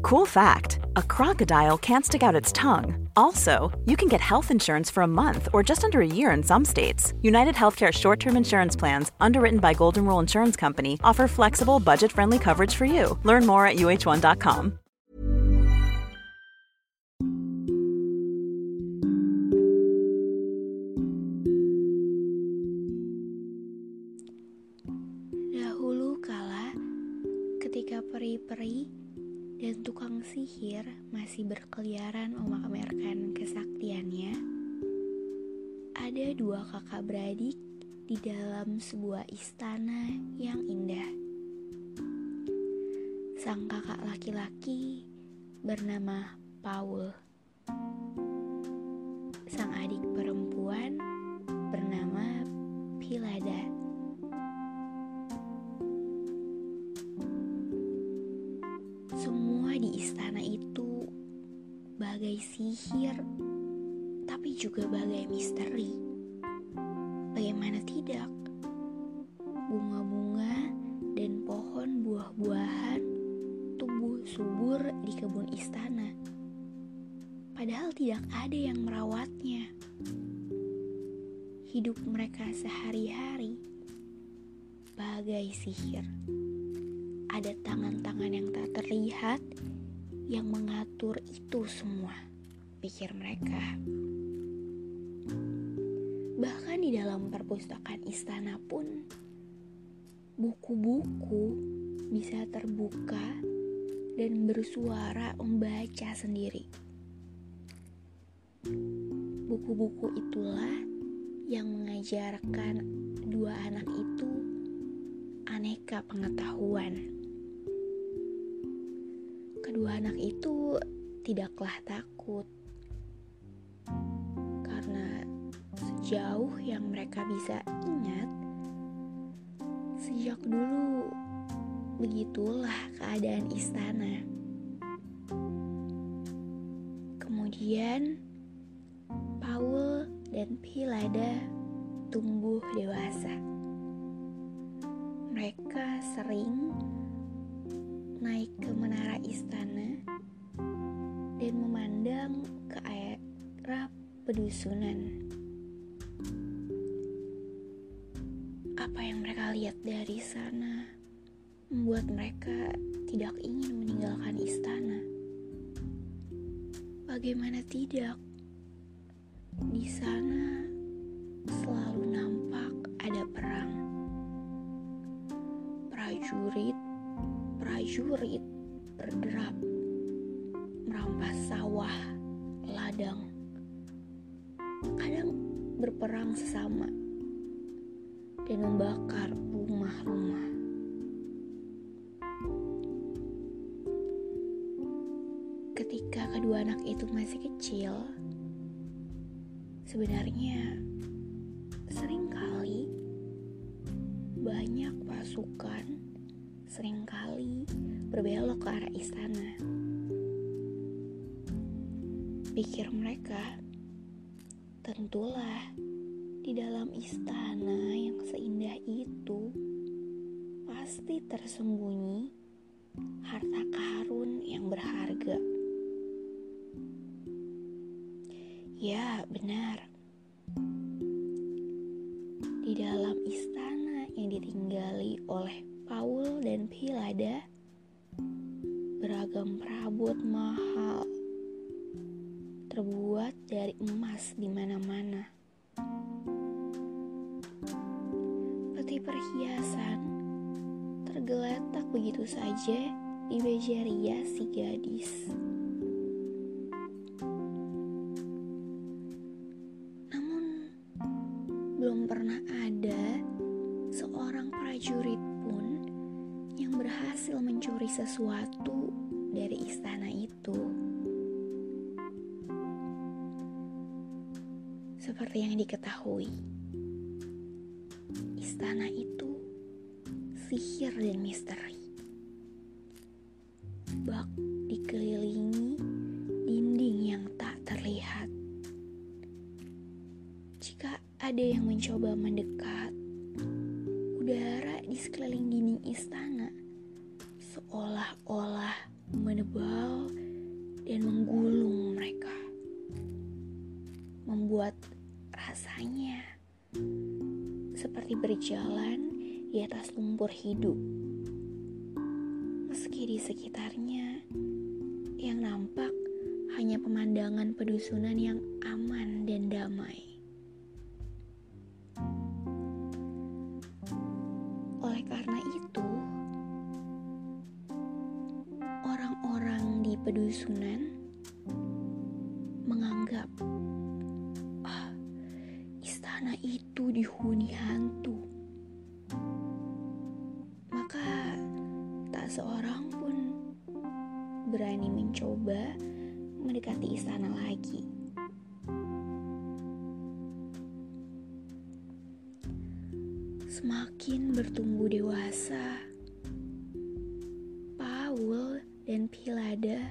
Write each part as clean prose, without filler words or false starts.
Cool fact, a crocodile can't stick out its tongue. Also, you can get health insurance for a month or just under a year in some states. United Healthcare short-term insurance plans, underwritten by Golden Rule Insurance Company, offer flexible, budget-friendly coverage for you. Learn more at uh1.com. Dahulu kala, ketika peri-peri dan tukang sihir masih berkeliaran memamerkan kesaktiannya, ada dua kakak beradik di dalam sebuah istana yang indah. Sang kakak laki-laki bernama Paul. Sang adik perempuan bernama Pilada. Semua di istana itu bagai sihir, tapi juga bagai misteri. Bagaimana tidak? Bunga-bunga dan pohon buah-buahan tumbuh subur di kebun istana. Padahal tidak ada yang merawatnya. Hidup mereka sehari-hari bagai sihir. Ada tangan-tangan yang tak terlihat yang mengatur itu semua, pikir mereka. Bahkan di dalam perpustakaan istana pun, buku-buku bisa terbuka dan bersuara membaca sendiri. Buku-buku itulah yang mengajarkan dua anak itu aneka pengetahuan. Kedua anak itu tidaklah takut, karena sejauh yang mereka bisa ingat, sejak dulu begitulah keadaan istana. Kemudian Paul dan Pilada tumbuh dewasa. Mereka sering naik ke menara istana dan memandang ke arah pedusunan. Apa yang mereka lihat dari sana membuat mereka tidak ingin meninggalkan istana. Bagaimana tidak? Di sana selalu nampak ada perang. Prajurit berderap, merampas sawah, ladang, kadang berperang sesama, dan membakar rumah-rumah. Ketika kedua anak itu masih kecil, sebenarnya seringkali banyak pasukan seringkali berbelok ke arah istana. Pikir mereka, tentulah di dalam istana yang seindah itu pasti tersembunyi harta karun yang berharga. Ya, benar. Di dalam istana yang ditinggali oleh Paul dan Pilada, beragam perabot mahal terbuat dari emas di mana-mana. Peti perhiasan tergeletak begitu saja di meja rias si gadis. Namun belum pernah ada seorang prajurit pun yang berhasil mencuri sesuatu dari istana itu. Seperti yang diketahui, istana itu sihir dan misteri. Bak dikelilingi dinding yang tak terlihat. Jika ada yang mencoba mendekat, udara di sekeliling dinding istana seolah-olah menebar menggembal dan menggulung mereka, membuat rasanya seperti berjalan di atas lumpur hidup. Meski di sekitarnya yang nampak hanya pemandangan pedusunan yang aman dan damai. Oleh karena itu, orang-orang di pedusunan menganggap istana itu dihuni hantu. Maka tak seorang pun berani mencoba mendekati istana lagi. Semakin bertumbuh dewasa, Paul dan Pilada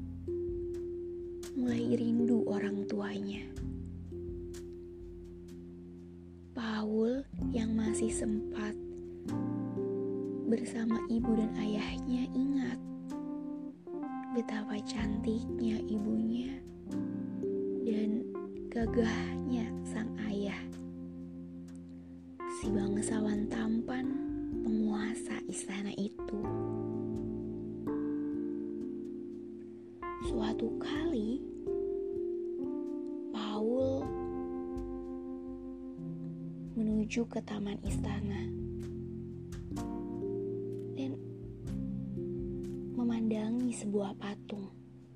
mulai rindu orang tuanya. Paul yang masih sempat bersama ibu dan ayahnya ingat betapa cantiknya ibunya dan gagahnya sang ayah, si bangsawan tampan penguasa istana itu. Suatu kali, Paul menuju ke taman istana dan memandangi sebuah patung.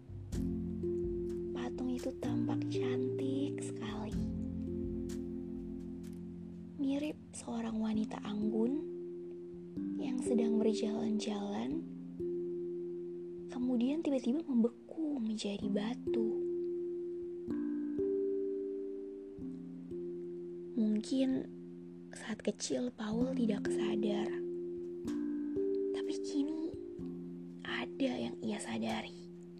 Patung itu tampak cantik sekali, mirip seorang wanita anggun yang sedang berjalan-jalan, kemudian tiba-tiba membeku menjadi batu. Mungkin saat kecil Paul tidak sadar, tapi kini ada yang ia sadari.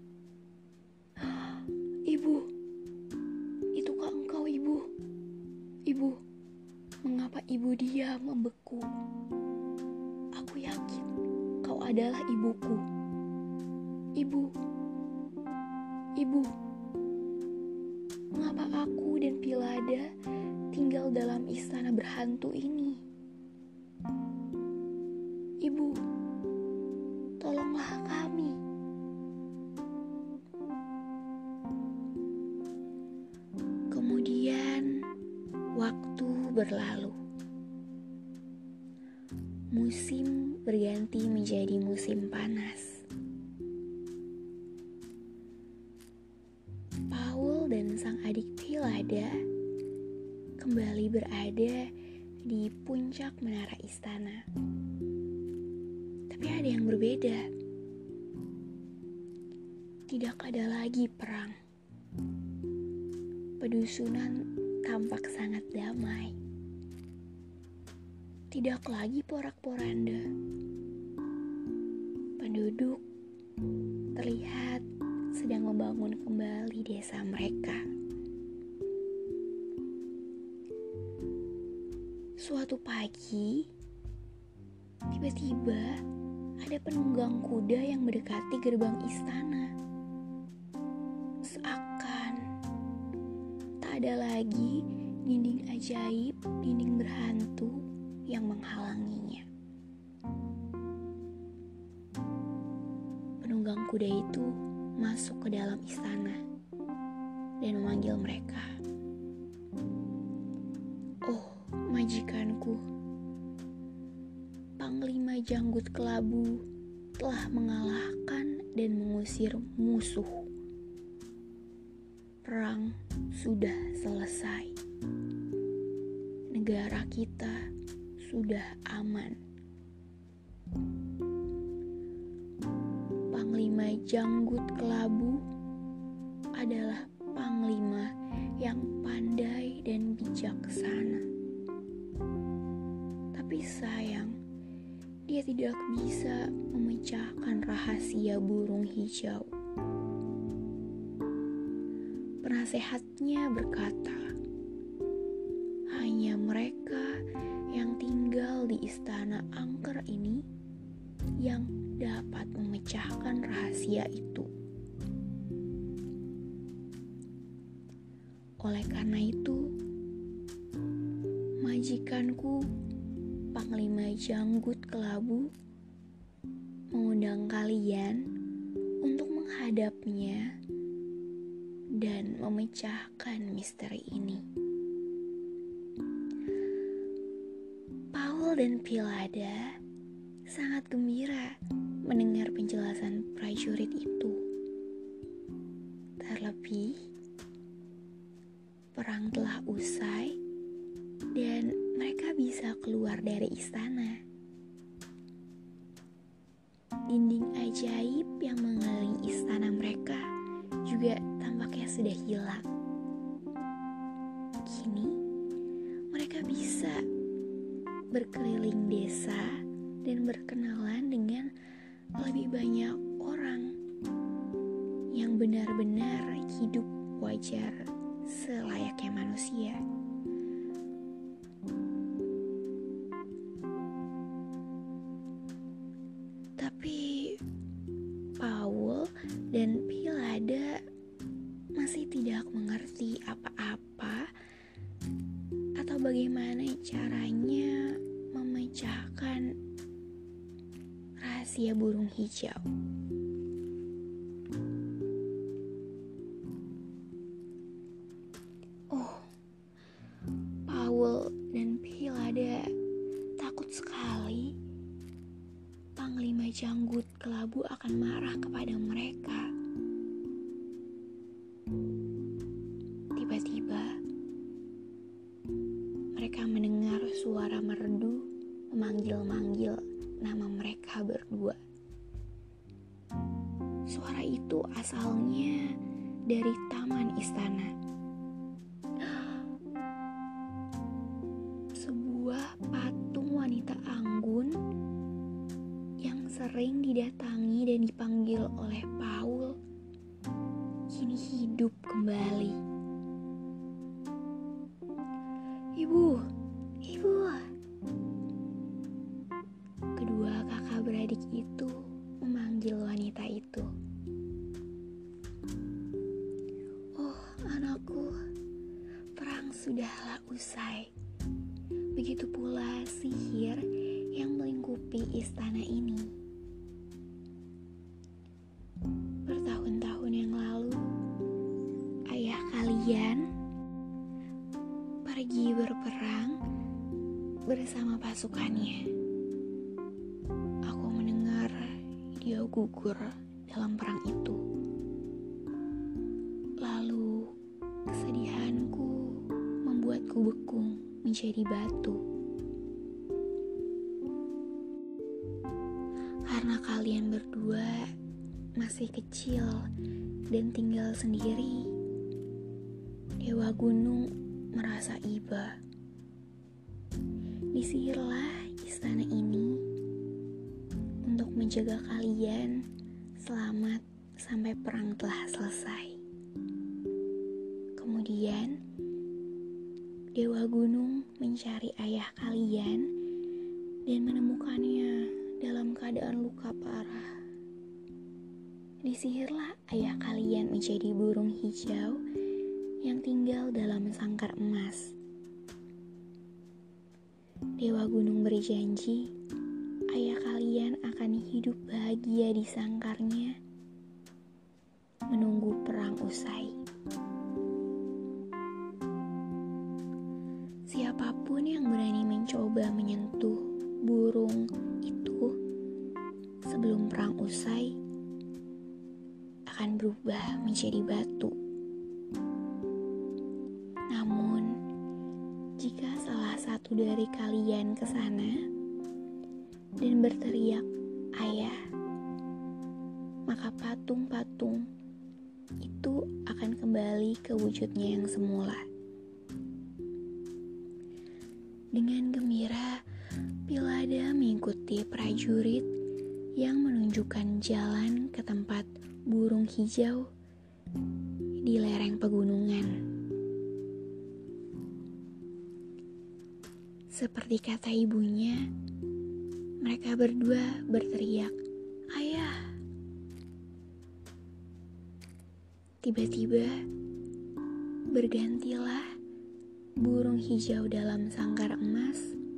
Ibu, itukah engkau ibu? Ibu, mengapa ibu diam membeku? Aku yakin kau adalah ibuku. Ibu, ibu, mengapa aku dan Pilada tinggal dalam istana berhantu ini? Ibu, tolonglah kami. Kemudian waktu berlalu. Musim berganti menjadi musim panas. Paul dan sang adik Pilada kembali berada di puncak menara istana. Tapi ada yang berbeda. Tidak ada lagi perang. Pedusunan tampak sangat damai. Tidak lagi porak-poranda. Penduduk terlihat sedang membangun kembali desa mereka. Suatu pagi, tiba-tiba ada penunggang kuda yang mendekati gerbang istana. Seakan tak ada lagi dinding ajaib, dinding berhantu yang menghalanginya. Penunggang kuda itu masuk ke dalam istana dan memanggil mereka. Oh, majikanku, Panglima Janggut Kelabu telah mengalahkan dan mengusir musuh. Perang sudah selesai. Negara kita sudah aman. Panglima Janggut Kelabu adalah panglima yang pandai dan bijaksana. Tapi sayang, dia tidak bisa memecahkan rahasia burung hijau. Penasehatnya berkata, hanya mereka yang tinggal di istana angker ini yang dapat memecahkan rahasia itu. Oleh karena itu, majikanku, Panglima Janggut Kelabu, mengundang kalian untuk menghadapnya dan memecahkan misteri ini. Paul dan Pilada sangat gembira mendengar penjelasan prajurit itu. Terlebih, perang telah usai dan mereka bisa keluar dari istana. Dinding ajaib yang mengelilingi istana mereka juga tampaknya sudah hilang. Kini mereka bisa berkeliling desa dan berkenalan dengan lebih banyak orang yang benar-benar hidup wajar selayaknya manusia. Tapi Paul dan Pilada masih tidak mengerti apa-apa atau bagaimana caranya memecahkan rahasia burung hijau. Paul dan Pilada takut sekali Panglima Janggut Kelabu akan marah kepada mereka. Tiba-tiba mereka mendengar suara merdu memanggil-manggil nama mereka berdua. Suara itu asalnya dari taman istana. Sebuah patung wanita anggun yang sering didatangi dan dipanggil oleh Paul kini hidup kembali. Ibu, ibu. Kedua kakak beradik itu memanggil wanita itu. Oh, anakku, perang sudahlah usai. Begitu pula sihir yang melingkupi istana ini. Bertahun-tahun yang lalu, ayah kalian pergi berperang bersama pasukannya. Aku mendengar dia gugur dalam perang itu. Lalu kesedihanku membuatku bekung menjadi batu. Karena kalian berdua masih kecil dan tinggal sendiri, Dewa Gunung merasa iba. Disihirlah istana ini untuk menjaga kalian selamat sampai perang telah selesai. Kemudian Dewa Gunung mencari ayah kalian dan menemukannya dalam keadaan luka parah. Disihirlah ayah kalian menjadi burung hijau yang tinggal dalam sangkar emas. Dewa Gunung berjanji ayah kalian akan hidup bahagia di sangkarnya menunggu perang usai. Siapapun yang berani mencoba menyentuh burung itu sebelum perang usai akan berubah menjadi batu. Namun, jika salah satu dari kalian ke sana dan berteriak, "Ayah," maka patung-patung itu akan kembali ke wujudnya yang semula. Dengan gembira, Pilada mengikuti prajurit yang menunjukkan jalan ke tempat burung hijau di lereng pegunungan. Seperti kata ibunya, mereka berdua berteriak, Tiba-tiba bergantilah burung hijau dalam sangkar emas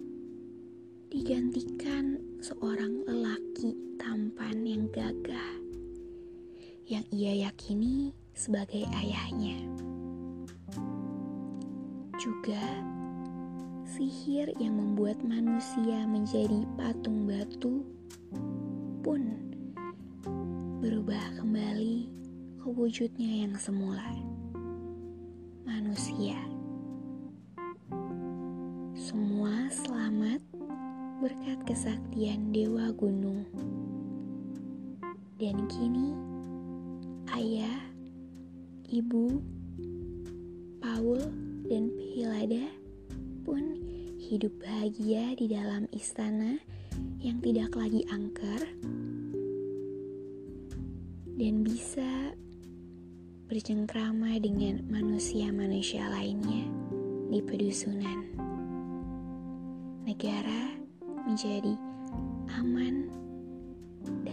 digantikan seorang lelaki tampan yang gagah yang ia yakini sebagai ayahnya. Juga sihir yang membuat manusia menjadi patung batu pun berubah kembali ke wujudnya yang semula, manusia. Semua selamat berkat kesaktian Dewa Gunung. Dan kini ayah, ibu, Paul, dan Pilada pun hidup bahagia di dalam istana yang tidak lagi angker dan bisa bercengkrama dengan manusia-manusia lainnya di pedusunan. Negara menjadi aman